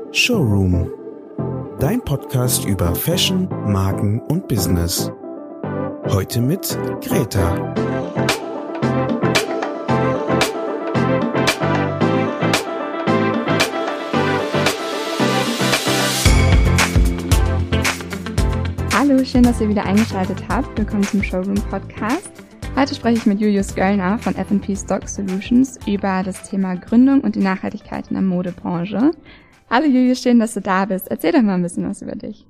Showroom, dein Podcast über Fashion, Marken und Business. Heute mit Greta. Hallo, schön, dass ihr wieder eingeschaltet habt. Willkommen zum Showroom Podcast. Heute spreche ich mit Julius Göllner von F&P Stock Solutions über das Thema Gründung und die Nachhaltigkeit in der Modebranche. Hallo Julius, schön, dass du da bist. Erzähl doch mal ein bisschen was über dich.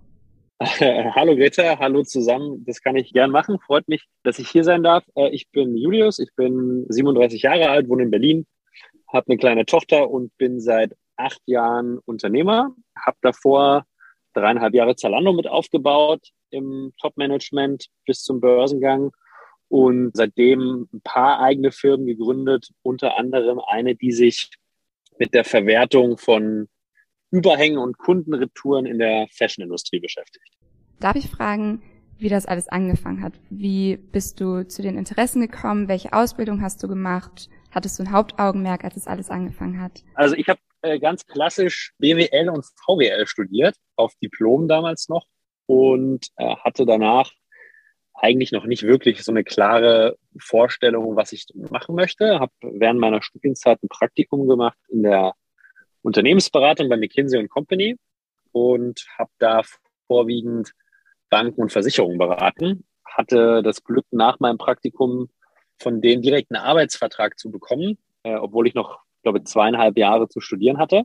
Hallo Greta, hallo zusammen. Das kann ich gern machen. Freut mich, dass ich hier sein darf. Ich bin Julius, ich bin 37 Jahre alt, wohne in Berlin, habe eine kleine Tochter und bin seit 8 Jahren Unternehmer. Habe davor 3,5 Jahre Zalando mit aufgebaut im Top-Management bis zum Börsengang und seitdem ein paar eigene Firmen gegründet, unter anderem eine, die sich mit der Verwertung von Überhängen und Kundenretouren in der Fashion-Industrie beschäftigt. Darf ich fragen, wie das alles angefangen hat? Wie bist du zu den Interessen gekommen? Welche Ausbildung hast du gemacht? Hattest du ein Hauptaugenmerk, als es alles angefangen hat? Also ich habe ganz klassisch BWL und VWL studiert, auf Diplom damals noch und hatte danach eigentlich noch nicht wirklich so eine klare Vorstellung, was ich machen möchte. Habe während meiner Studienzeit ein Praktikum gemacht in der Unternehmensberatung bei McKinsey & Company und habe da vorwiegend Banken und Versicherungen beraten. Hatte das Glück, nach meinem Praktikum von denen direkt einen Arbeitsvertrag zu bekommen, obwohl ich noch, glaube ich, 2,5 Jahre zu studieren hatte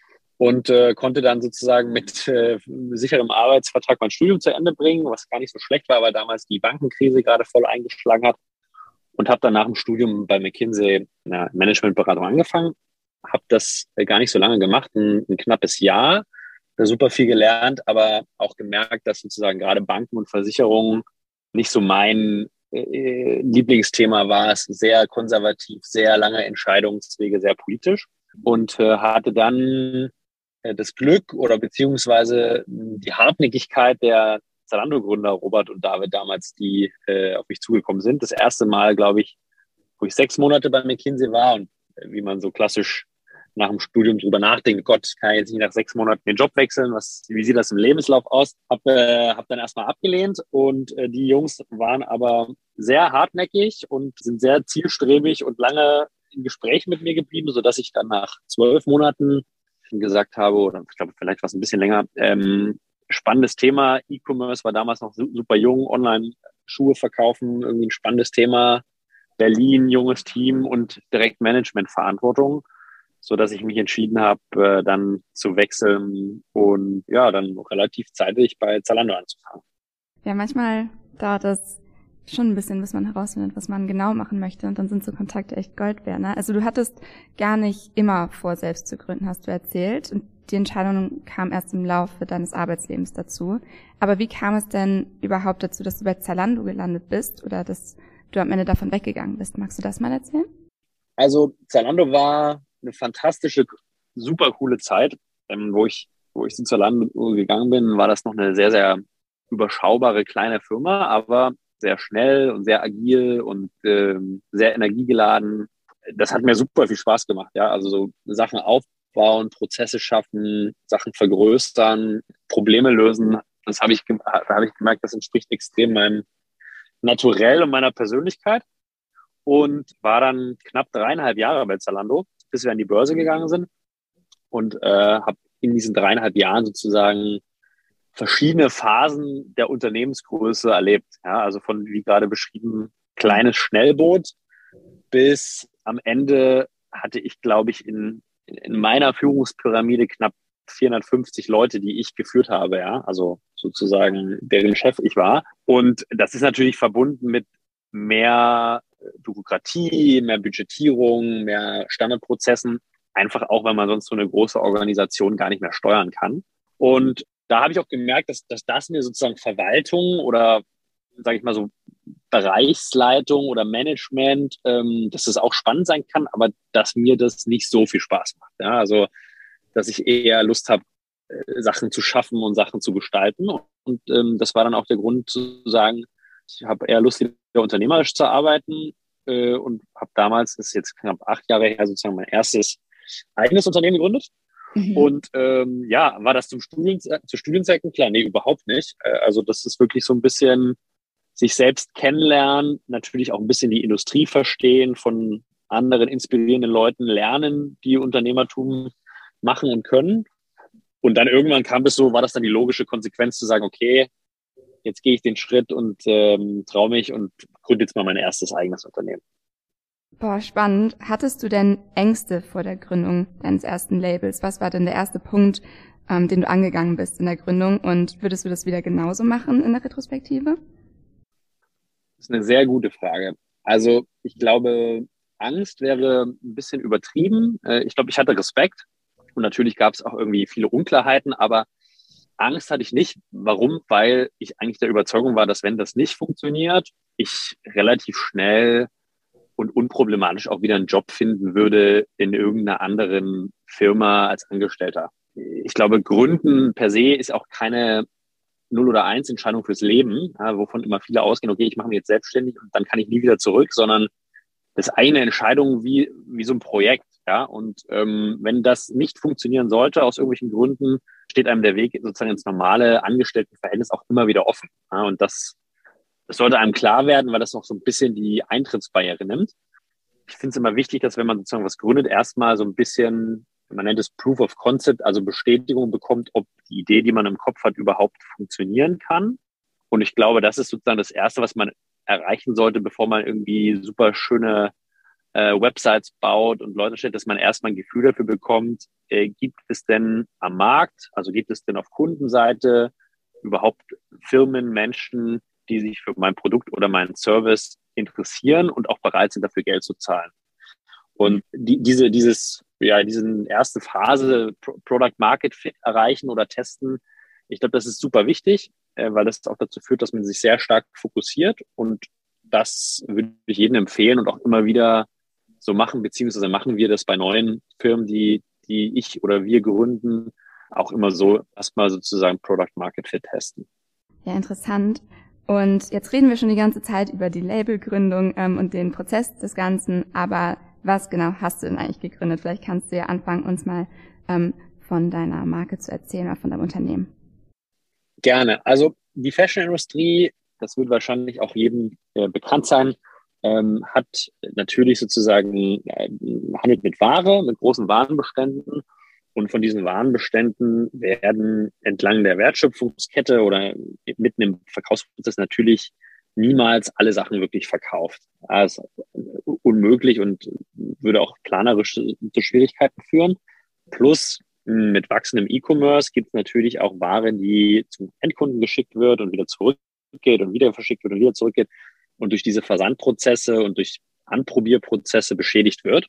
und konnte dann sozusagen mit sicherem Arbeitsvertrag mein Studium zu Ende bringen, was gar nicht so schlecht war, weil damals die Bankenkrise gerade voll eingeschlagen hat und habe dann nach dem Studium bei McKinsey in der Managementberatung angefangen. Habe das gar nicht so lange gemacht, ein knappes Jahr, super viel gelernt, aber auch gemerkt, dass sozusagen gerade Banken und Versicherungen nicht so mein Lieblingsthema war. Es sehr konservativ, sehr lange Entscheidungswege, sehr politisch und hatte dann das Glück oder beziehungsweise die Hartnäckigkeit der Zalando-Gründer Robert und David damals, die auf mich zugekommen sind. Das erste Mal, glaube ich, wo ich 6 Monate bei McKinsey war und wie man so klassisch nach dem Studium drüber nachdenkt, Gott, kann ich jetzt nicht nach 6 Monaten den Job wechseln, wie sieht das im Lebenslauf aus? Hab dann erstmal abgelehnt und die Jungs waren aber sehr hartnäckig und sind sehr zielstrebig und lange im Gespräch mit mir geblieben, sodass ich dann nach 12 Monaten gesagt habe, oder ich glaube, vielleicht war es ein bisschen länger, spannendes Thema, E-Commerce war damals noch super jung, Online-Schuhe verkaufen, irgendwie ein spannendes Thema, Berlin, junges Team und direkt Managementverantwortung, so dass ich mich entschieden habe, dann zu wechseln und ja, dann relativ zeitig bei Zalando anzufangen. Ja, manchmal dauert das schon ein bisschen, bis man herausfindet, was man genau machen möchte, und dann sind so Kontakte echt Gold wert, ne? Also du hattest gar nicht immer vor, selbst zu gründen, hast du erzählt, und die Entscheidung kam erst im Laufe deines Arbeitslebens dazu. Aber wie kam es denn überhaupt dazu, dass du bei Zalando gelandet bist oder dass du am Ende davon weggegangen bist? Magst du das mal erzählen? Also Zalando war eine fantastische, super coole Zeit. Wo ich zu Zalando gegangen bin, war das noch eine sehr, sehr überschaubare kleine Firma, aber sehr schnell und sehr agil und sehr energiegeladen. Das hat mir super viel Spaß gemacht. Ja, also so Sachen aufbauen, Prozesse schaffen, Sachen vergrößern, Probleme lösen. Da habe ich gemerkt, das entspricht extrem meinem Naturell und meiner Persönlichkeit. Und war dann knapp 3,5 Jahre bei Zalando, bis wir an die Börse gegangen sind und habe in diesen 3,5 Jahren sozusagen verschiedene Phasen der Unternehmensgröße erlebt. Ja, also von, wie gerade beschrieben, kleines Schnellboot bis am Ende hatte ich, glaube ich, in meiner Führungspyramide knapp 450 Leute, die ich geführt habe, ja, also sozusagen deren Chef ich war. Und das ist natürlich verbunden mit mehr Bürokratie, mehr Budgetierung, mehr Standardprozessen, einfach auch, weil man sonst so eine große Organisation gar nicht mehr steuern kann. Und da habe ich auch gemerkt, dass das mir sozusagen Verwaltung oder, sage ich mal so, Bereichsleitung oder Management, dass das auch spannend sein kann, aber dass mir das nicht so viel Spaß macht. Ja? Also, dass ich eher Lust habe, Sachen zu schaffen und Sachen zu gestalten. Und das war dann auch der Grund zu sagen, ich habe eher Lust, wieder unternehmerisch zu arbeiten und habe damals, das ist jetzt knapp 8 Jahre her, sozusagen mein erstes eigenes Unternehmen gegründet Und war das zu Studienzeiten? Klar, nee, überhaupt nicht. Also das ist wirklich so ein bisschen sich selbst kennenlernen, natürlich auch ein bisschen die Industrie verstehen, von anderen inspirierenden Leuten lernen, die Unternehmertum machen und können. Und dann irgendwann war das dann die logische Konsequenz zu sagen, okay, jetzt gehe ich den Schritt und traue mich und gründe jetzt mal mein erstes eigenes Unternehmen. Boah, spannend. Hattest du denn Ängste vor der Gründung deines ersten Labels? Was war denn der erste Punkt, den du angegangen bist in der Gründung? Und würdest du das wieder genauso machen in der Retrospektive? Das ist eine sehr gute Frage. Also ich glaube, Angst wäre ein bisschen übertrieben. Ich glaube, ich hatte Respekt und natürlich gab es auch irgendwie viele Unklarheiten, aber Angst hatte ich nicht. Warum? Weil ich eigentlich der Überzeugung war, dass wenn das nicht funktioniert, ich relativ schnell und unproblematisch auch wieder einen Job finden würde in irgendeiner anderen Firma als Angestellter. Ich glaube, Gründen per se ist auch keine 0 oder 1 Entscheidung fürs Leben, wovon immer viele ausgehen, okay, ich mache mich jetzt selbstständig und dann kann ich nie wieder zurück, sondern das ist eine Entscheidung wie so ein Projekt. Ja? Und wenn das nicht funktionieren sollte, aus irgendwelchen Gründen, steht einem der Weg sozusagen ins normale Angestelltenverhältnis auch immer wieder offen. Ja? Und das sollte einem klar werden, weil das noch so ein bisschen die Eintrittsbarriere nimmt. Ich finde es immer wichtig, dass wenn man sozusagen was gründet, erstmal so ein bisschen, man nennt es Proof of Concept, also Bestätigung bekommt, ob die Idee, die man im Kopf hat, überhaupt funktionieren kann. Und ich glaube, das ist sozusagen das Erste, was man erreichen sollte, bevor man irgendwie super schöne Websites baut und Leute stellt, dass man erstmal ein Gefühl dafür bekommt, gibt es denn am Markt, also gibt es denn auf Kundenseite überhaupt Firmen, Menschen, die sich für mein Produkt oder meinen Service interessieren und auch bereit sind, dafür Geld zu zahlen. Und diese erste Phase Product Market Fit erreichen oder testen, ich glaube, das ist super wichtig, weil das auch dazu führt, dass man sich sehr stark fokussiert. Und das würde ich jedem empfehlen und auch immer wieder so machen, beziehungsweise machen wir das bei neuen Firmen, die ich oder wir gründen, auch immer so erstmal sozusagen Product Market Fit testen. Ja, interessant. Und jetzt reden wir schon die ganze Zeit über die Labelgründung und den Prozess des Ganzen, aber was genau hast du denn eigentlich gegründet? Vielleicht kannst du ja anfangen, uns mal von deiner Marke zu erzählen oder von deinem Unternehmen. Gerne. Also die Fashion-Industrie, das wird wahrscheinlich auch jedem bekannt sein, hat natürlich sozusagen handelt mit Ware, mit großen Warenbeständen. Und von diesen Warenbeständen werden entlang der Wertschöpfungskette oder mitten im Verkaufsprozess natürlich niemals alle Sachen wirklich verkauft. Das ist unmöglich und würde auch planerische Schwierigkeiten führen. Plus mit wachsendem E-Commerce gibt es natürlich auch Ware, die zum Endkunden geschickt wird und wieder zurückgeht und wieder verschickt wird und wieder zurückgeht und durch diese Versandprozesse und durch Anprobierprozesse beschädigt wird.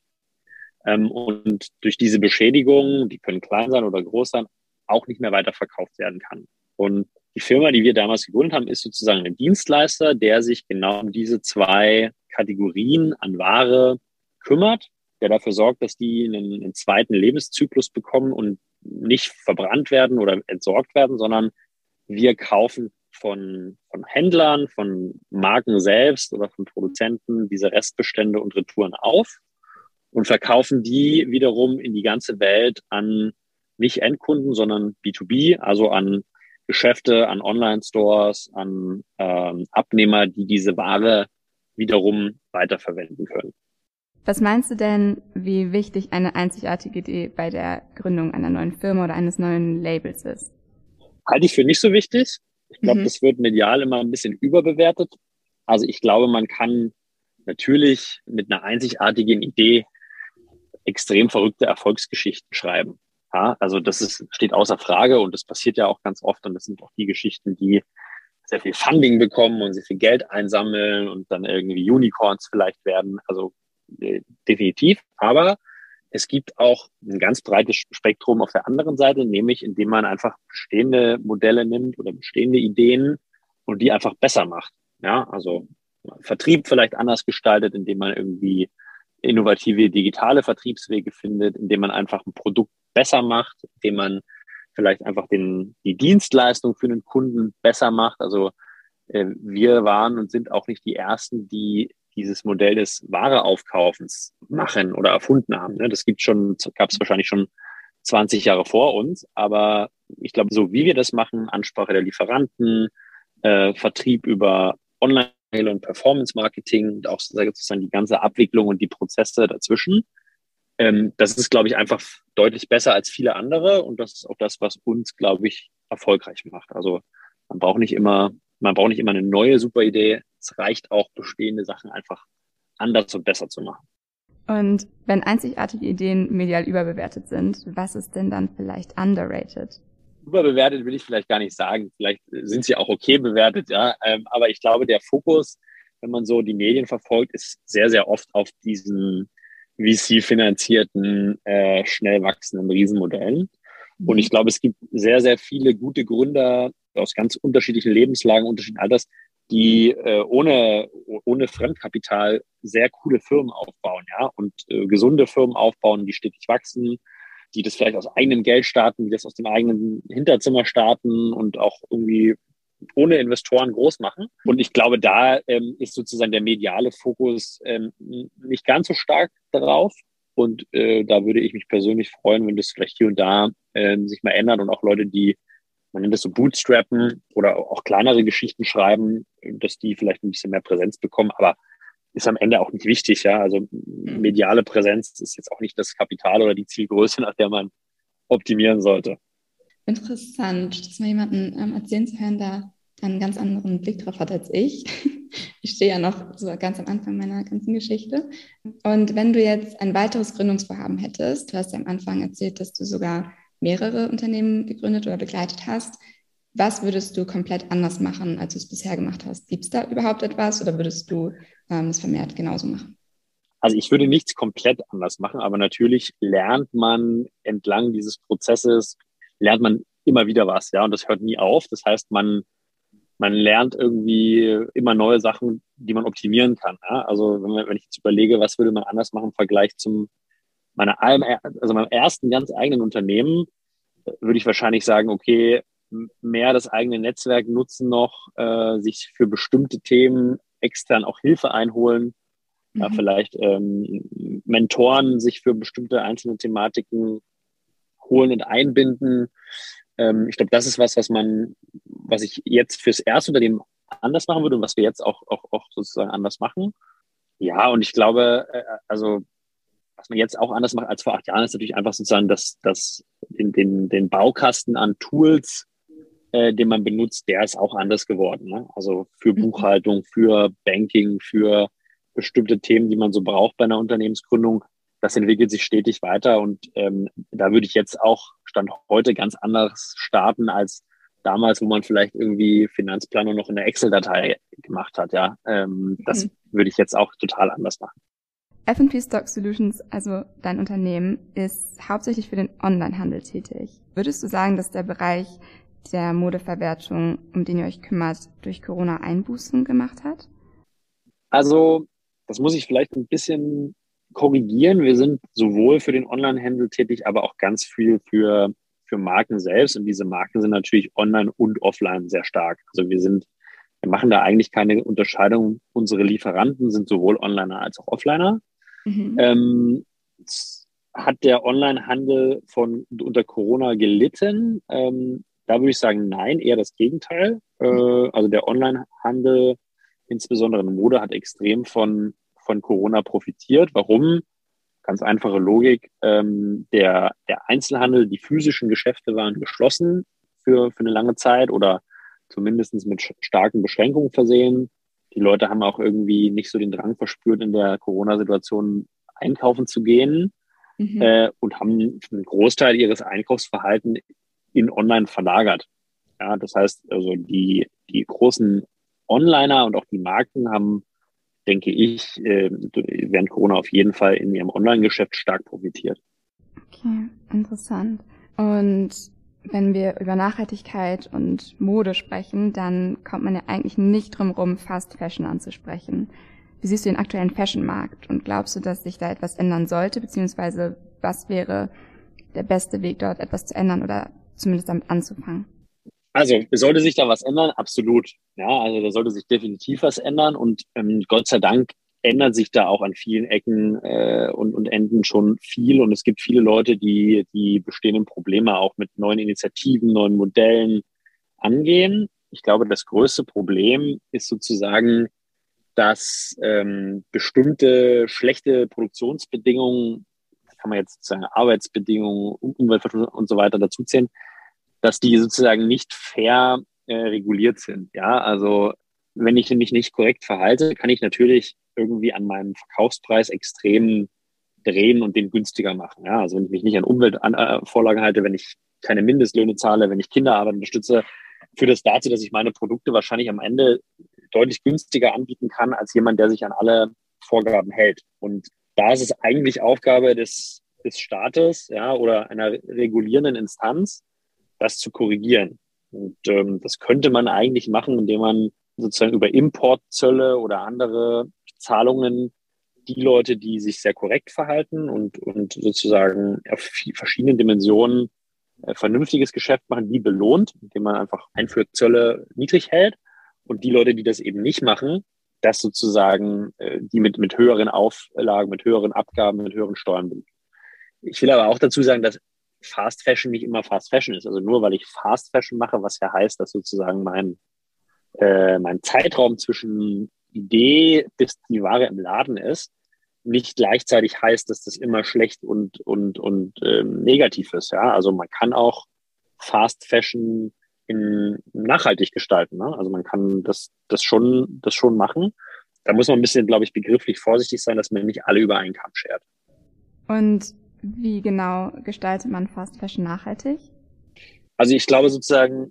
Und durch diese Beschädigung, die können klein sein oder groß sein, auch nicht mehr weiterverkauft werden kann. Und die Firma, die wir damals gegründet haben, ist sozusagen ein Dienstleister, der sich genau um diese 2 Kategorien an Ware kümmert, der dafür sorgt, dass die einen zweiten Lebenszyklus bekommen und nicht verbrannt werden oder entsorgt werden, sondern wir kaufen von Händlern, von Marken selbst oder von Produzenten diese Restbestände und Retouren auf und verkaufen die wiederum in die ganze Welt an nicht Endkunden, sondern B2B, also an Geschäfte, an Online-Stores, an Abnehmer, die diese Ware wiederum weiterverwenden können. Was meinst du denn, wie wichtig eine einzigartige Idee bei der Gründung einer neuen Firma oder eines neuen Labels ist? Halte ich für nicht so wichtig. Ich glaube, das wird medial immer ein bisschen überbewertet. Also ich glaube, man kann natürlich mit einer einzigartigen Idee extrem verrückte Erfolgsgeschichten schreiben. Ja, also das steht außer Frage und das passiert ja auch ganz oft und das sind auch die Geschichten, die sehr viel Funding bekommen und sehr viel Geld einsammeln und dann irgendwie Unicorns vielleicht werden. Also definitiv. Aber es gibt auch ein ganz breites Spektrum auf der anderen Seite, nämlich indem man einfach bestehende Modelle nimmt oder bestehende Ideen und die einfach besser macht. Ja, also Vertrieb vielleicht anders gestaltet, indem man irgendwie innovative digitale Vertriebswege findet, indem man einfach ein Produkt besser macht, indem man vielleicht einfach die Dienstleistung für den Kunden besser macht. Also wir waren und sind auch nicht die Ersten, die dieses Modell des Wareaufkaufens machen oder erfunden haben. Das gab es wahrscheinlich schon 20 Jahre vor uns. Aber ich glaube, so wie wir das machen, Ansprache der Lieferanten, Vertrieb über Online- und Performance-Marketing und auch sozusagen die ganze Abwicklung und die Prozesse dazwischen. Das ist, glaube ich, einfach deutlich besser als viele andere. Und das ist auch das, was uns, glaube ich, erfolgreich macht. Also man braucht nicht immer eine neue super Idee. Es reicht auch, bestehende Sachen einfach anders und besser zu machen. Und wenn einzigartige Ideen medial überbewertet sind, was ist denn dann vielleicht underrated? Überbewertet will ich vielleicht gar nicht sagen. Vielleicht sind sie auch okay bewertet, ja. Aber ich glaube, der Fokus, wenn man so die Medien verfolgt, ist sehr, sehr oft auf diesen VC-finanzierten, schnell wachsenden Riesenmodellen. Und ich glaube, es gibt sehr, sehr viele gute Gründer aus ganz unterschiedlichen Lebenslagen, unterschiedlichen Alters, die ohne Fremdkapital sehr coole Firmen aufbauen, ja, und gesunde Firmen aufbauen, die stetig wachsen, die das vielleicht aus eigenem Geld starten, die das aus dem eigenen Hinterzimmer starten und auch irgendwie ohne Investoren groß machen. Und ich glaube, da ist sozusagen der mediale Fokus nicht ganz so stark darauf. Und da würde ich mich persönlich freuen, wenn das vielleicht hier und da sich mal ändert und auch Leute, die, man nennt das so Bootstrappen oder auch kleinere Geschichten schreiben, dass die vielleicht ein bisschen mehr Präsenz bekommen. Aber ist am Ende auch nicht wichtig, ja. Also mediale Präsenz ist jetzt auch nicht das Kapital oder die Zielgröße, nach der man optimieren sollte. Interessant, das mal jemanden erzählen zu hören, der einen ganz anderen Blick drauf hat als ich. Ich stehe ja noch so ganz am Anfang meiner ganzen Geschichte. Und wenn du jetzt ein weiteres Gründungsvorhaben hättest, du hast ja am Anfang erzählt, dass du sogar mehrere Unternehmen gegründet oder begleitet hast, was würdest du komplett anders machen, als du es bisher gemacht hast? Gibt es da überhaupt etwas oder würdest du es vermehrt genauso machen? Also ich würde nichts komplett anders machen, aber natürlich lernt man entlang dieses Prozesses, lernt man immer wieder was, ja, und das hört nie auf. Das heißt, man lernt irgendwie immer neue Sachen, die man optimieren kann. Ja? Also wenn ich jetzt überlege, was würde man anders machen im Vergleich zu meinem ersten ganz eigenen Unternehmen, würde ich wahrscheinlich sagen, okay, mehr das eigene Netzwerk nutzen noch, sich für bestimmte Themen extern auch Hilfe einholen, vielleicht Mentoren sich für bestimmte einzelne Thematiken holen und einbinden. Ich glaube, das ist was ich jetzt fürs erste Unternehmen anders machen würde und was wir jetzt auch sozusagen anders machen. Ja, und ich glaube, also was man jetzt auch anders macht als vor 8 Jahren, ist natürlich einfach sozusagen den Baukasten an Tools, den man benutzt, der ist auch anders geworden. Ne? Also für Buchhaltung, für Banking, für bestimmte Themen, die man so braucht bei einer Unternehmensgründung. Das entwickelt sich stetig weiter und da würde ich jetzt auch Stand heute ganz anders starten als damals, wo man vielleicht irgendwie Finanzplanung noch in der Excel-Datei gemacht hat. Ja, das würde ich jetzt auch total anders machen. F&P Stock Solutions, also dein Unternehmen, ist hauptsächlich für den Onlinehandel tätig. Würdest du sagen, dass der Bereich der Modeverwertung, um den ihr euch kümmert, durch Corona Einbußen gemacht hat? Also, das muss ich vielleicht ein bisschen korrigieren. Wir sind sowohl für den Onlinehandel tätig, aber auch ganz viel für Marken selbst. Und diese Marken sind natürlich online und offline sehr stark. Also wir machen da eigentlich keine Unterscheidung. Unsere Lieferanten sind sowohl Onliner als auch Offliner. Hat der Onlinehandel unter Corona gelitten? Da würde ich sagen, nein, eher das Gegenteil. Also der Onlinehandel, insbesondere in Mode, hat extrem von Corona profitiert. Warum? Ganz einfache Logik. Der Einzelhandel, die physischen Geschäfte waren geschlossen für eine lange Zeit oder zumindest mit starken Beschränkungen versehen. Die Leute haben auch irgendwie nicht so den Drang verspürt, in der Corona-Situation einkaufen zu gehen und haben einen Großteil ihres Einkaufsverhalten in Online verlagert. Ja, das heißt, also die großen Onliner und auch die Marken haben, denke ich, während Corona auf jeden Fall in ihrem Online-Geschäft stark profitiert. Okay, interessant. Und wenn wir über Nachhaltigkeit und Mode sprechen, dann kommt man ja eigentlich nicht drum rum, Fast Fashion anzusprechen. Wie siehst du den aktuellen Fashion-Markt und glaubst du, dass sich da etwas ändern sollte, beziehungsweise was wäre der beste Weg, dort etwas zu ändern oder zumindest damit anzufangen? Also, sollte sich da was ändern? Absolut. Ja, also da sollte sich definitiv was ändern und Gott sei Dank ändert sich da auch an vielen Ecken und Enden schon viel. Und es gibt viele Leute, die die bestehenden Probleme auch mit neuen Initiativen, neuen Modellen angehen. Ich glaube, das größte Problem ist sozusagen, dass bestimmte schlechte Produktionsbedingungen, da kann man jetzt sozusagen Arbeitsbedingungen, Umweltverschmutzung und so weiter dazuzählen, dass die sozusagen nicht fair reguliert sind. Ja, also wenn ich mich nicht korrekt verhalte, kann ich natürlich irgendwie an meinem Verkaufspreis extrem drehen und den günstiger machen. Ja, also wenn ich mich nicht an Umweltvorlagen halte, wenn ich keine Mindestlöhne zahle, wenn ich Kinderarbeit unterstütze, führt das dazu, dass ich meine Produkte wahrscheinlich am Ende deutlich günstiger anbieten kann als jemand, der sich an alle Vorgaben hält. Und da ist es eigentlich Aufgabe des Staates, ja, oder einer regulierenden Instanz, das zu korrigieren. Und das könnte man eigentlich machen, indem man sozusagen über Importzölle oder andere Zahlungen die Leute, die sich sehr korrekt verhalten und sozusagen auf verschiedenen Dimensionen vernünftiges Geschäft machen, die belohnt, indem man einfach einführt, Zölle niedrig hält. Und die Leute, die das eben nicht machen, das sozusagen die mit höheren Auflagen, mit höheren Abgaben, mit höheren Steuern belohnt. Ich will aber auch dazu sagen, dass Fast Fashion nicht immer Fast Fashion ist. Also nur weil ich Fast Fashion mache, was ja heißt, dass sozusagen mein Zeitraum zwischen Idee bis die Ware im Laden ist, nicht gleichzeitig heißt, dass das immer schlecht und negativ ist. Ja, also man kann auch Fast Fashion nachhaltig gestalten. Ne? Also man kann das schon machen. Da muss man ein bisschen, glaube ich, begrifflich vorsichtig sein, dass man nicht alle über einen Kamm schert. Und wie genau gestaltet man Fast Fashion nachhaltig? Also ich glaube sozusagen,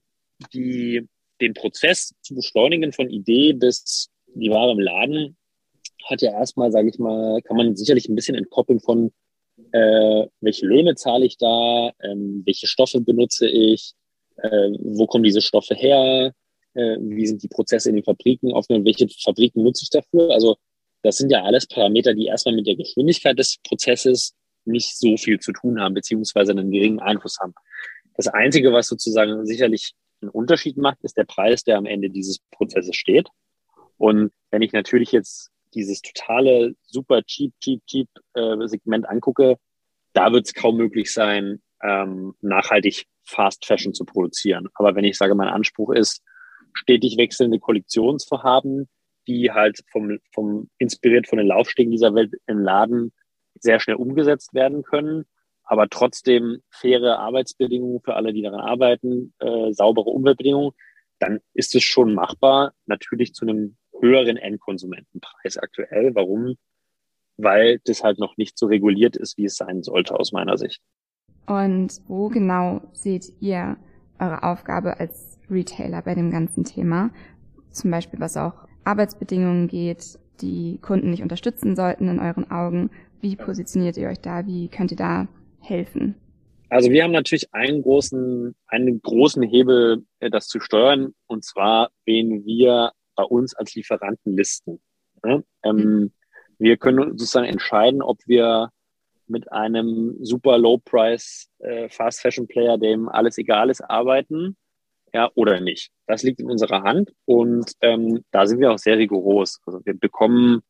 den Prozess zu beschleunigen von Idee bis die Ware im Laden hat ja erstmal, sage ich mal, kann man sicherlich ein bisschen entkoppeln von, welche Löhne zahle ich da, welche Stoffe benutze ich, wo kommen diese Stoffe her, wie sind die Prozesse in den Fabriken aufgenommen, welche Fabriken nutze ich dafür. Also das sind ja alles Parameter, die erstmal mit der Geschwindigkeit des Prozesses nicht so viel zu tun haben, beziehungsweise einen geringen Einfluss haben. Das Einzige, was sozusagen sicherlich einen Unterschied macht, ist der Preis, der am Ende dieses Prozesses steht. Und wenn ich natürlich jetzt dieses totale super cheap Segment angucke, da wird es kaum möglich sein, nachhaltig Fast Fashion zu produzieren. Aber wenn ich sage, mein Anspruch ist, stetig wechselnde Kollektionen zu haben, die halt vom inspiriert von den Laufstegen dieser Welt im Laden sehr schnell umgesetzt werden können, aber trotzdem faire Arbeitsbedingungen für alle, die daran arbeiten, saubere Umweltbedingungen, dann ist es schon machbar, natürlich zu einem höheren Endkonsumentenpreis aktuell. Warum? Weil das halt noch nicht so reguliert ist, wie es sein sollte, aus meiner Sicht. Und wo genau seht ihr eure Aufgabe als Retailer bei dem ganzen Thema? Zum Beispiel, was auch Arbeitsbedingungen geht, die Kunden nicht unterstützen sollten in euren Augen. Wie positioniert ihr euch da? Wie könnt ihr da helfen? Also wir haben natürlich einen großen Hebel, das zu steuern, und zwar, wen wir bei uns als Lieferanten listen. Ja? Wir können sozusagen entscheiden, ob wir mit einem super Low-Price Fast Fashion Player, dem alles egal ist, arbeiten, ja, oder nicht. Das liegt in unserer Hand, und da sind wir auch sehr rigoros. Also wir bekommen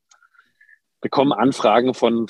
Anfragen von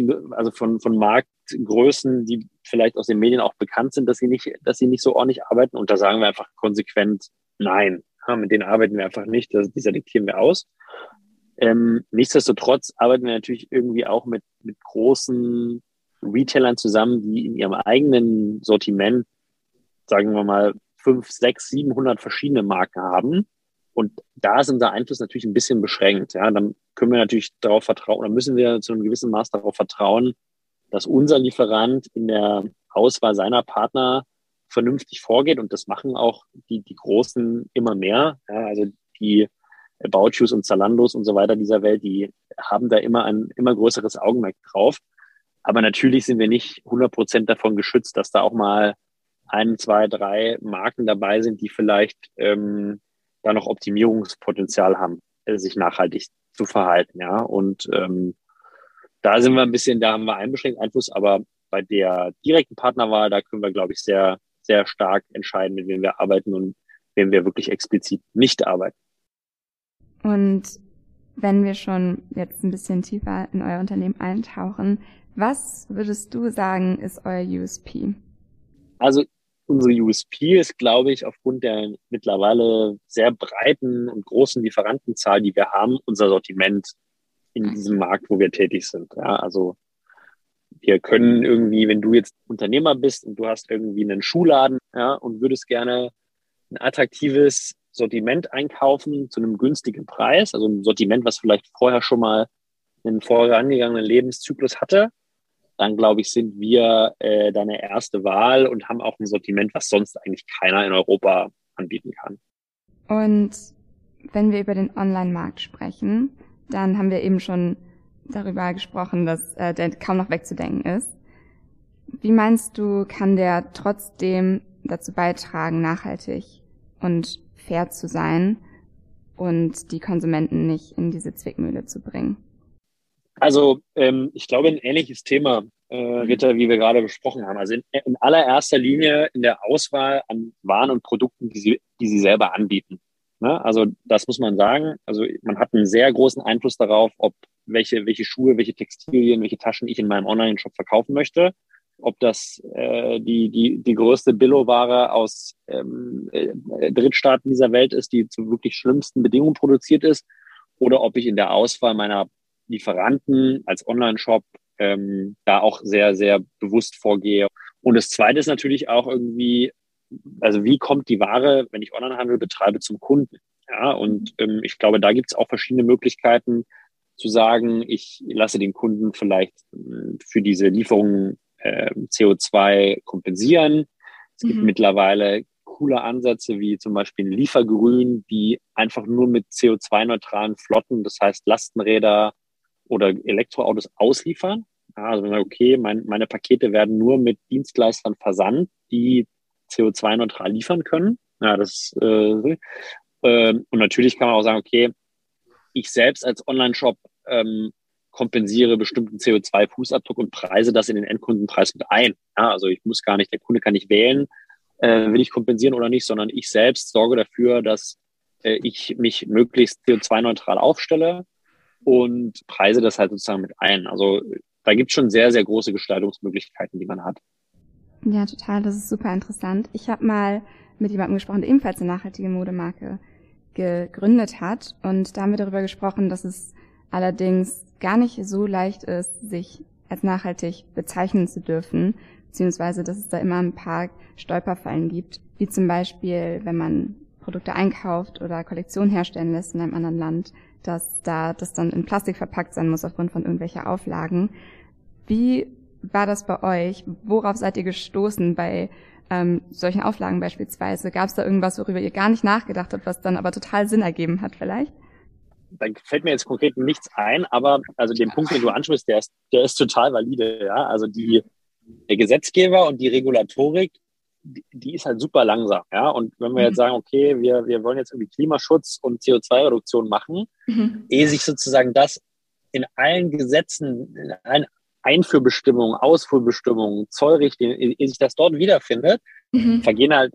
Marktgrößen, die vielleicht aus den Medien auch bekannt sind, dass sie nicht so ordentlich arbeiten. Und da sagen wir einfach konsequent nein. Ja, mit denen arbeiten wir einfach nicht. Die selektieren wir aus. Nichtsdestotrotz arbeiten wir natürlich irgendwie auch mit großen Retailern zusammen, die in ihrem eigenen Sortiment, sagen wir mal, 500, 600, 700 verschiedene Marken haben. Und da ist unser Einfluss natürlich ein bisschen beschränkt. Ja, dann können wir natürlich darauf vertrauen, oder müssen wir zu einem gewissen Maß darauf vertrauen, dass unser Lieferant in der Auswahl seiner Partner vernünftig vorgeht. Und das machen auch die Großen immer mehr. Ja, also die About Yous und Zalandos und so weiter dieser Welt, die haben da immer ein immer größeres Augenmerk drauf. Aber natürlich sind wir nicht 100% davon geschützt, dass da auch mal 1, 2, 3 Marken dabei sind, die vielleicht da noch Optimierungspotenzial haben, sich nachhaltig zu verhalten, ja. Und da sind wir da haben wir einbeschränkt Einfluss, aber bei der direkten Partnerwahl, da können wir, glaube ich, sehr, sehr stark entscheiden, mit wem wir arbeiten und wem wir wirklich explizit nicht arbeiten. Und Wenn wir schon jetzt ein bisschen tiefer in euer Unternehmen eintauchen, was würdest du sagen, ist euer USP? Also unsere USP ist, glaube ich, aufgrund der mittlerweile sehr breiten und großen Lieferantenzahl, die wir haben, unser Sortiment in diesem Markt, wo wir tätig sind. Ja, also wir können irgendwie, wenn du jetzt Unternehmer bist und du hast irgendwie einen Schuhladen, ja, und würdest gerne ein attraktives Sortiment einkaufen zu einem günstigen Preis, also ein Sortiment, was vielleicht vorher schon mal einen vorangegangenen Lebenszyklus hatte, dann glaube ich, sind wir deine erste Wahl und haben auch ein Sortiment, was sonst eigentlich keiner in Europa anbieten kann. Und wenn wir über den Online-Markt sprechen, dann haben wir eben schon darüber gesprochen, dass der kaum noch wegzudenken ist. Wie meinst du, kann der trotzdem dazu beitragen, nachhaltig und fair zu sein und die Konsumenten nicht in diese Zwickmühle zu bringen? Also ich glaube, ein ähnliches Thema, Ritter, wie wir gerade besprochen haben. Also in allererster Linie in der Auswahl an Waren und Produkten, die sie selber anbieten. Ne? Also das muss man sagen. Also man hat einen sehr großen Einfluss darauf, ob welche Schuhe, welche Textilien, welche Taschen ich in meinem Online-Shop verkaufen möchte. Ob das die größte Billo-Ware aus Drittstaaten dieser Welt ist, die zu wirklich schlimmsten Bedingungen produziert ist, oder ob ich in der Auswahl meiner Lieferanten als Online-Shop da auch sehr, sehr bewusst vorgehe. Und das Zweite ist natürlich auch irgendwie, also wie kommt die Ware, wenn ich Onlinehandel betreibe, zum Kunden? Ja, und ich glaube, da gibt es auch verschiedene Möglichkeiten zu sagen, ich lasse den Kunden vielleicht für diese Lieferungen CO2 kompensieren. Es gibt mittlerweile coole Ansätze wie zum Beispiel ein Liefergrün, die einfach nur mit CO2-neutralen Flotten, das heißt Lastenräder oder Elektroautos ausliefern. Ja, also wenn man sagt, okay, meine Pakete werden nur mit Dienstleistern versandt, die CO2-neutral liefern können. Ja, und natürlich kann man auch sagen, okay, ich selbst als Online-Shop kompensiere bestimmten CO2-Fußabdruck und preise das in den Endkundenpreis mit ein. Ja, also der Kunde kann nicht wählen, will ich kompensieren oder nicht, sondern ich selbst sorge dafür, dass ich mich möglichst CO2-neutral aufstelle und preise das halt sozusagen mit ein. Also da gibt es schon sehr, sehr große Gestaltungsmöglichkeiten, die man hat. Ja, total. Das ist super interessant. Ich habe mal mit jemandem gesprochen, der ebenfalls eine nachhaltige Modemarke gegründet hat. Und da haben wir darüber gesprochen, dass es allerdings gar nicht so leicht ist, sich als nachhaltig bezeichnen zu dürfen, beziehungsweise dass es da immer ein paar Stolperfallen gibt, wie zum Beispiel, wenn man Produkte einkauft oder Kollektionen herstellen lässt in einem anderen Land, dass das dann in Plastik verpackt sein muss aufgrund von irgendwelcher Auflagen. Wie war das bei euch? Worauf seid ihr gestoßen bei solchen Auflagen beispielsweise? Gab es da irgendwas, worüber ihr gar nicht nachgedacht habt, was dann aber total Sinn ergeben hat vielleicht? Da fällt mir jetzt konkret nichts ein, aber also den Punkt, den du ansprichst, der ist total valide. Ja? Also der Gesetzgeber und die Regulatorik, die ist halt super langsam. Ja? Und wenn wir jetzt sagen, okay, wir wollen jetzt irgendwie Klimaschutz und CO2-Reduktion machen, ehe sich sozusagen das in allen Gesetzen, in allen Einfuhrbestimmungen, Ausfuhrbestimmungen, Zollrichtlinien, ehe sich das dort wiederfindet, vergehen halt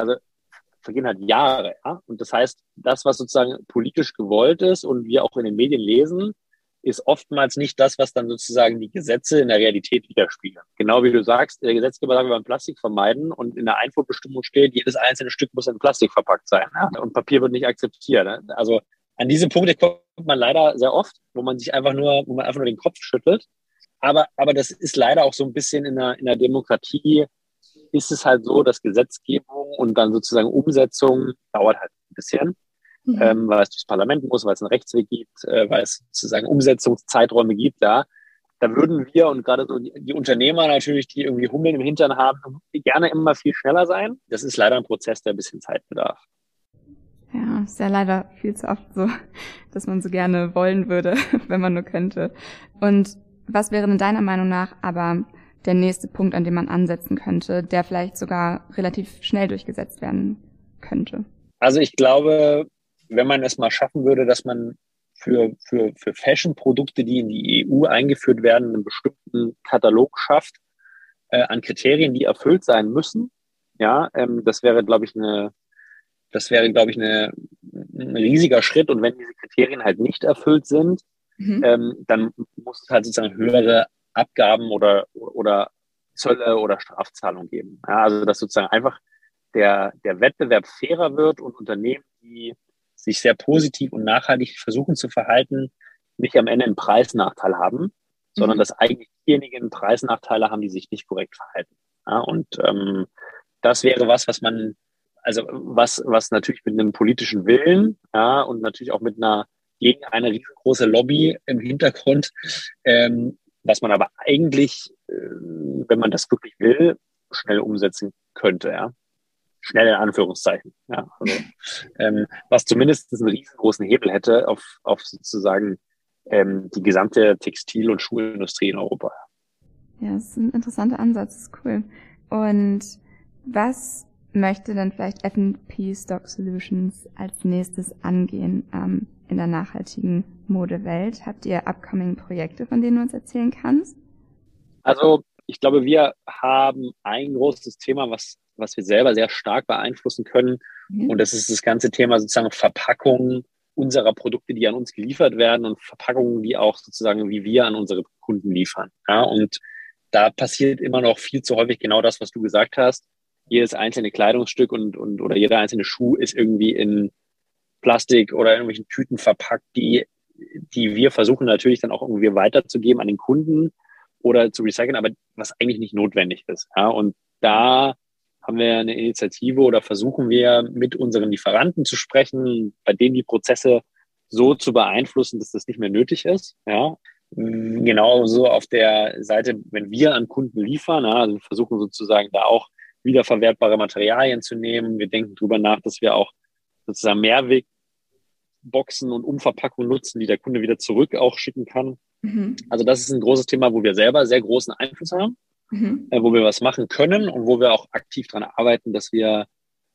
Jahre. Ja? Und das heißt, das, was sozusagen politisch gewollt ist und wir auch in den Medien lesen, ist oftmals nicht das, was dann sozusagen die Gesetze in der Realität widerspiegeln. Genau wie du sagst, der Gesetzgeber sagt, wir wollen Plastik vermeiden und in der Einfuhrbestimmung steht, jedes einzelne Stück muss in Plastik verpackt sein. Ja? Und Papier wird nicht akzeptiert. Ne? Also an diese Punkte kommt man leider sehr oft, wo man einfach nur den Kopf schüttelt. Aber das ist leider auch so ein bisschen in der Demokratie, ist es halt so, dass Gesetzgebung und dann sozusagen Umsetzung dauert halt ein bisschen, weil es durchs Parlament muss, weil es einen Rechtsweg gibt, weil es sozusagen Umsetzungszeiträume gibt. Da würden wir und gerade so die Unternehmer natürlich, die irgendwie Hummeln im Hintern haben, gerne immer viel schneller sein. Das ist leider ein Prozess, der ein bisschen Zeit bedarf. Ja, ist ja leider viel zu oft so, dass man so gerne wollen würde, wenn man nur könnte. Und was wäre denn deiner Meinung nach aber der nächste Punkt, an dem man ansetzen könnte, der vielleicht sogar relativ schnell durchgesetzt werden könnte? Also ich glaube, wenn man es mal schaffen würde, dass man für Fashion-Produkte, die in die EU eingeführt werden, einen bestimmten Katalog schafft an Kriterien, die erfüllt sein müssen. Ja, das wäre, glaube ich, eine ein riesiger Schritt und wenn diese Kriterien halt nicht erfüllt sind, dann muss es halt sozusagen höhere Abgaben oder Zölle oder Strafzahlungen geben. Ja, also dass sozusagen einfach der Wettbewerb fairer wird und Unternehmen, die sich sehr positiv und nachhaltig versuchen zu verhalten, nicht am Ende einen Preisnachteil haben, sondern dass eigentlich diejenigen Preisnachteile haben, die sich nicht korrekt verhalten. Ja, und das wäre was natürlich mit einem politischen Willen, ja, und natürlich auch mit gegen eine riesengroße Lobby im Hintergrund, was man aber eigentlich, wenn man das wirklich will, schnell umsetzen könnte, ja. Schnell in Anführungszeichen, ja. Also, was zumindest einen riesengroßen Hebel hätte auf sozusagen die gesamte Textil- und Schuhindustrie in Europa. Ja, das ist ein interessanter Ansatz, das ist cool. Und was möchte dann vielleicht F&P Stock Solutions als nächstes angehen in der nachhaltigen Modewelt? Habt ihr upcoming Projekte, von denen du uns erzählen kannst? Also ich glaube, wir haben ein großes Thema, was wir selber sehr stark beeinflussen können. Und das ist das ganze Thema sozusagen Verpackung unserer Produkte, die an uns geliefert werden und Verpackungen, die auch sozusagen wie wir an unsere Kunden liefern. Ja, und da passiert immer noch viel zu häufig genau das, was du gesagt hast. Jedes einzelne Kleidungsstück oder jeder einzelne Schuh ist irgendwie in Plastik oder irgendwelchen Tüten verpackt, die wir versuchen natürlich dann auch irgendwie weiterzugeben an den Kunden oder zu recyceln, aber was eigentlich nicht notwendig ist. Ja, und da haben wir eine Initiative oder versuchen wir mit unseren Lieferanten zu sprechen, bei denen die Prozesse so zu beeinflussen, dass das nicht mehr nötig ist. Ja, genauso auf der Seite, wenn wir an Kunden liefern, also wir versuchen sozusagen da auch wiederverwertbare Materialien zu nehmen. Wir denken darüber nach, dass wir auch sozusagen Mehrwegboxen und Umverpackungen nutzen, die der Kunde wieder zurück auch schicken kann. Also das ist ein großes Thema, wo wir selber sehr großen Einfluss haben, wo wir was machen können und wo wir auch aktiv daran arbeiten, dass wir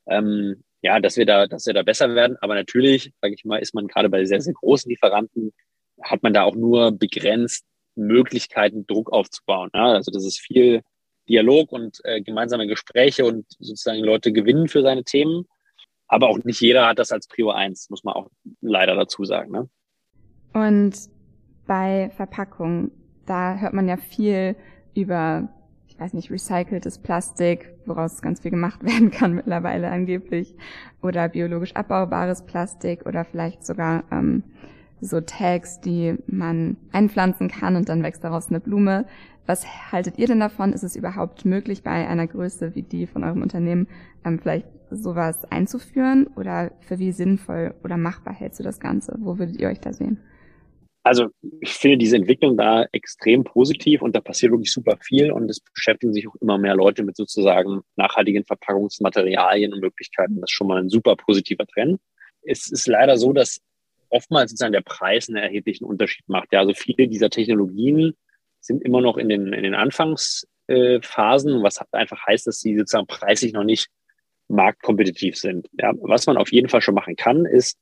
dass wir da besser werden. Aber natürlich, sage ich mal, ist man gerade bei sehr, sehr großen Lieferanten, hat man da auch nur begrenzt Möglichkeiten, Druck aufzubauen. Ja? Also das ist viel Dialog und gemeinsame Gespräche und sozusagen Leute gewinnen für seine Themen. Aber auch nicht jeder hat das als Prio 1, muss man auch leider dazu sagen. Ne? Und bei Verpackung, da hört man ja viel über, ich weiß nicht, recyceltes Plastik, woraus ganz viel gemacht werden kann mittlerweile angeblich, oder biologisch abbaubares Plastik oder vielleicht sogar so Tags, die man einpflanzen kann und dann wächst daraus eine Blume. Was haltet ihr denn davon? Ist es überhaupt möglich, bei einer Größe wie die von eurem Unternehmen vielleicht sowas einzuführen? Oder für wie sinnvoll oder machbar hältst du das Ganze? Wo würdet ihr euch da sehen? Also ich finde diese Entwicklung da extrem positiv und da passiert wirklich super viel und es beschäftigen sich auch immer mehr Leute mit sozusagen nachhaltigen Verpackungsmaterialien und Möglichkeiten. Das ist schon mal ein super positiver Trend. Es ist leider so, dass oftmals sozusagen der Preis einen erheblichen Unterschied macht. Ja, also viele dieser Technologien sind immer noch in den Anfangsphasen, was einfach heißt, dass sie sozusagen preislich noch nicht marktkompetitiv sind. Ja, was man auf jeden Fall schon machen kann, ist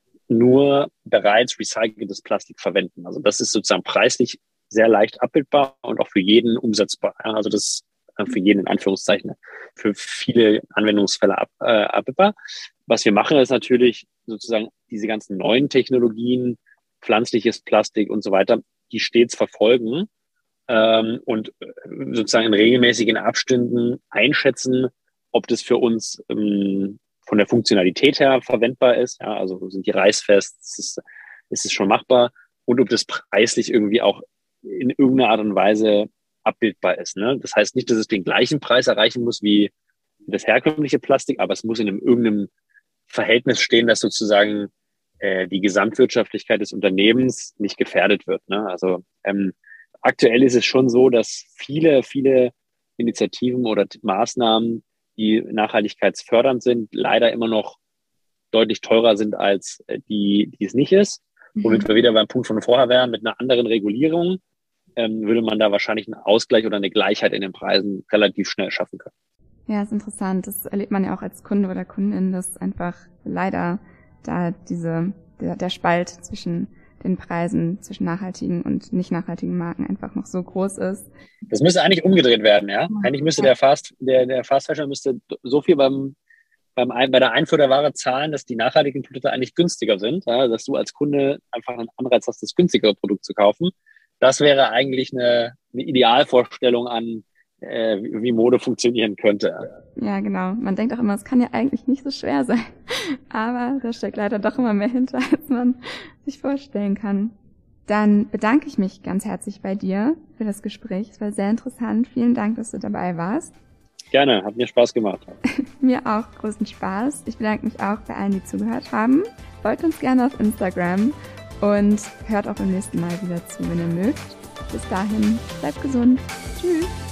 nur bereits recyceltes Plastik verwenden. Also das ist sozusagen preislich sehr leicht abbildbar und auch für jeden umsetzbar. Ja, also das ist für jeden in Anführungszeichen für viele Anwendungsfälle abbildbar. Was wir machen, ist natürlich sozusagen diese ganzen neuen Technologien, pflanzliches Plastik und so weiter, die stets verfolgen und sozusagen in regelmäßigen Abständen einschätzen, ob das für uns von der Funktionalität her verwendbar ist. Ja, also sind die reißfest, ist es schon machbar und ob das preislich irgendwie auch in irgendeiner Art und Weise abbildbar ist. Ne? Das heißt nicht, dass es den gleichen Preis erreichen muss wie das herkömmliche Plastik, aber es muss in irgendeinem Verhältnis stehen, dass sozusagen die Gesamtwirtschaftlichkeit des Unternehmens nicht gefährdet wird. Ne? Also aktuell ist es schon so, dass viele Initiativen oder Maßnahmen, die nachhaltigkeitsfördernd sind, leider immer noch deutlich teurer sind als die es nicht ist. Womit wir wieder beim Punkt von vorher wären, mit einer anderen Regulierung würde man da wahrscheinlich einen Ausgleich oder eine Gleichheit in den Preisen relativ schnell schaffen können. Ja, ist interessant. Das erlebt man ja auch als Kunde oder Kundin, dass einfach leider da der Spalt zwischen den Preisen zwischen nachhaltigen und nicht nachhaltigen Marken einfach noch so groß ist. Das müsste eigentlich umgedreht werden, ja. Eigentlich müsste der Fast Fashion müsste so viel beim bei der Einfuhr der Ware zahlen, dass die nachhaltigen Produkte eigentlich günstiger sind, ja, dass du als Kunde einfach einen Anreiz hast, das günstigere Produkt zu kaufen. Das wäre eigentlich eine Idealvorstellung an, wie Mode funktionieren könnte. Ja, genau. Man denkt auch immer, es kann ja eigentlich nicht so schwer sein. Aber da steckt leider doch immer mehr hinter, als man sich vorstellen kann. Dann bedanke ich mich ganz herzlich bei dir für das Gespräch. Es war sehr interessant. Vielen Dank, dass du dabei warst. Gerne, hat mir Spaß gemacht. Mir auch großen Spaß. Ich bedanke mich auch bei allen, die zugehört haben. Folgt uns gerne auf Instagram und hört auch beim nächsten Mal wieder zu, wenn ihr mögt. Bis dahin, bleibt gesund. Tschüss.